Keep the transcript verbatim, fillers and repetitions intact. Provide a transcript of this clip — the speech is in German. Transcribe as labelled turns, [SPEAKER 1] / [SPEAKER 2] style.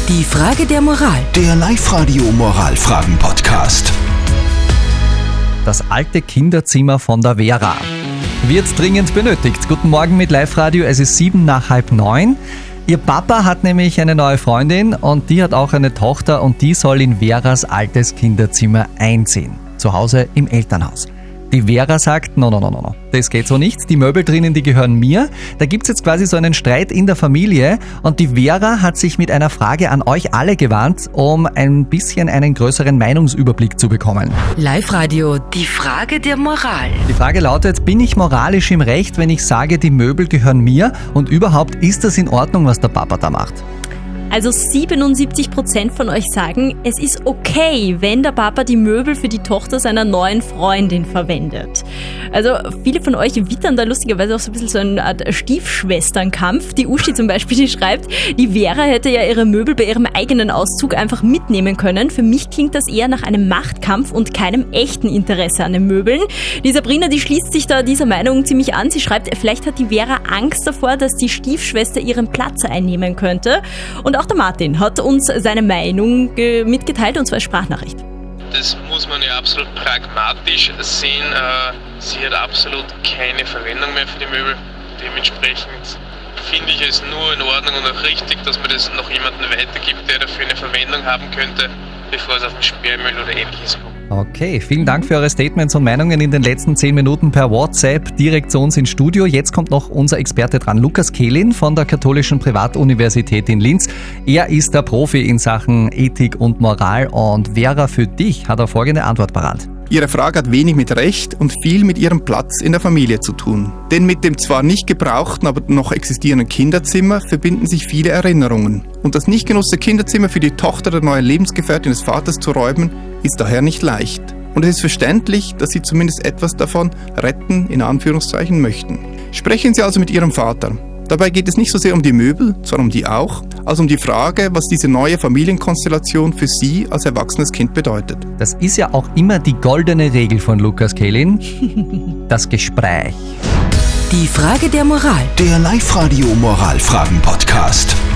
[SPEAKER 1] Die Frage der Moral.
[SPEAKER 2] Der Live-Radio-Moralfragen-Podcast.
[SPEAKER 3] Das alte Kinderzimmer von der Vera wird dringend benötigt. Guten Morgen mit Live-Radio, es ist sieben nach halb neun. Ihr Papa hat nämlich eine neue Freundin und die hat auch eine Tochter und die soll in Veras altes Kinderzimmer einziehen. Zu Hause im Elternhaus. Die Vera sagt, no, no, no, no, no, das geht so nicht. Die Möbel drinnen, die gehören mir. Da gibt's jetzt quasi so einen Streit in der Familie und die Vera hat sich mit einer Frage an euch alle gewandt, um ein bisschen einen größeren Meinungsüberblick zu bekommen.
[SPEAKER 1] Live-Radio, die Frage der Moral.
[SPEAKER 3] Die Frage lautet, bin ich moralisch im Recht, wenn ich sage, die Möbel gehören mir und überhaupt ist das in Ordnung, was der Papa da macht?
[SPEAKER 4] Also siebenundsiebzig Prozent von euch sagen, es ist okay, wenn der Papa die Möbel für die Tochter seiner neuen Freundin verwendet. Also viele von euch wittern da lustigerweise auch so ein bisschen so eine Art Stiefschwesternkampf. Die Uschi zum Beispiel, die schreibt, die Vera hätte ja ihre Möbel bei ihrem eigenen Auszug einfach mitnehmen können. Für mich klingt das eher nach einem Machtkampf und keinem echten Interesse an den Möbeln. Die Sabrina, die schließt sich da dieser Meinung ziemlich an. Sie schreibt, vielleicht hat die Vera Angst davor, dass die Stiefschwester ihren Platz einnehmen könnte. Und auch der Martin hat uns seine Meinung mitgeteilt, und zwar als Sprachnachricht.
[SPEAKER 5] Das muss man ja absolut pragmatisch sehen. Sie hat absolut keine Verwendung mehr für die Möbel. Dementsprechend finde ich es nur in Ordnung und auch richtig, dass man das noch jemandem weitergibt, der dafür eine Verwendung haben könnte, bevor es auf den Sperrmüll oder ähnliches kommt.
[SPEAKER 3] Okay, vielen Dank für eure Statements und Meinungen in den letzten zehn Minuten per WhatsApp direkt zu uns ins Studio. Jetzt kommt noch unser Experte dran, Lukas Kehlin von der Katholischen Privatuniversität in Linz. Er ist der Profi in Sachen Ethik und Moral und Vera, für dich hat er folgende Antwort parat.
[SPEAKER 6] Ihre Frage hat wenig mit Recht und viel mit ihrem Platz in der Familie zu tun. Denn mit dem zwar nicht gebrauchten, aber noch existierenden Kinderzimmer verbinden sich viele Erinnerungen. Und das nicht genutzte Kinderzimmer für die Tochter der neuen Lebensgefährtin des Vaters zu räumen, ist daher nicht leicht. Und es ist verständlich, dass Sie zumindest etwas davon retten, in Anführungszeichen, möchten. Sprechen Sie also mit Ihrem Vater. Dabei geht es nicht so sehr um die Möbel, zwar um die auch, als um die Frage, was diese neue Familienkonstellation für Sie als erwachsenes Kind bedeutet.
[SPEAKER 3] Das ist ja auch immer die goldene Regel von Lukas Kehlin, das Gespräch.
[SPEAKER 1] Die Frage der Moral.
[SPEAKER 2] Der Live-Radio-Moralfragen-Podcast.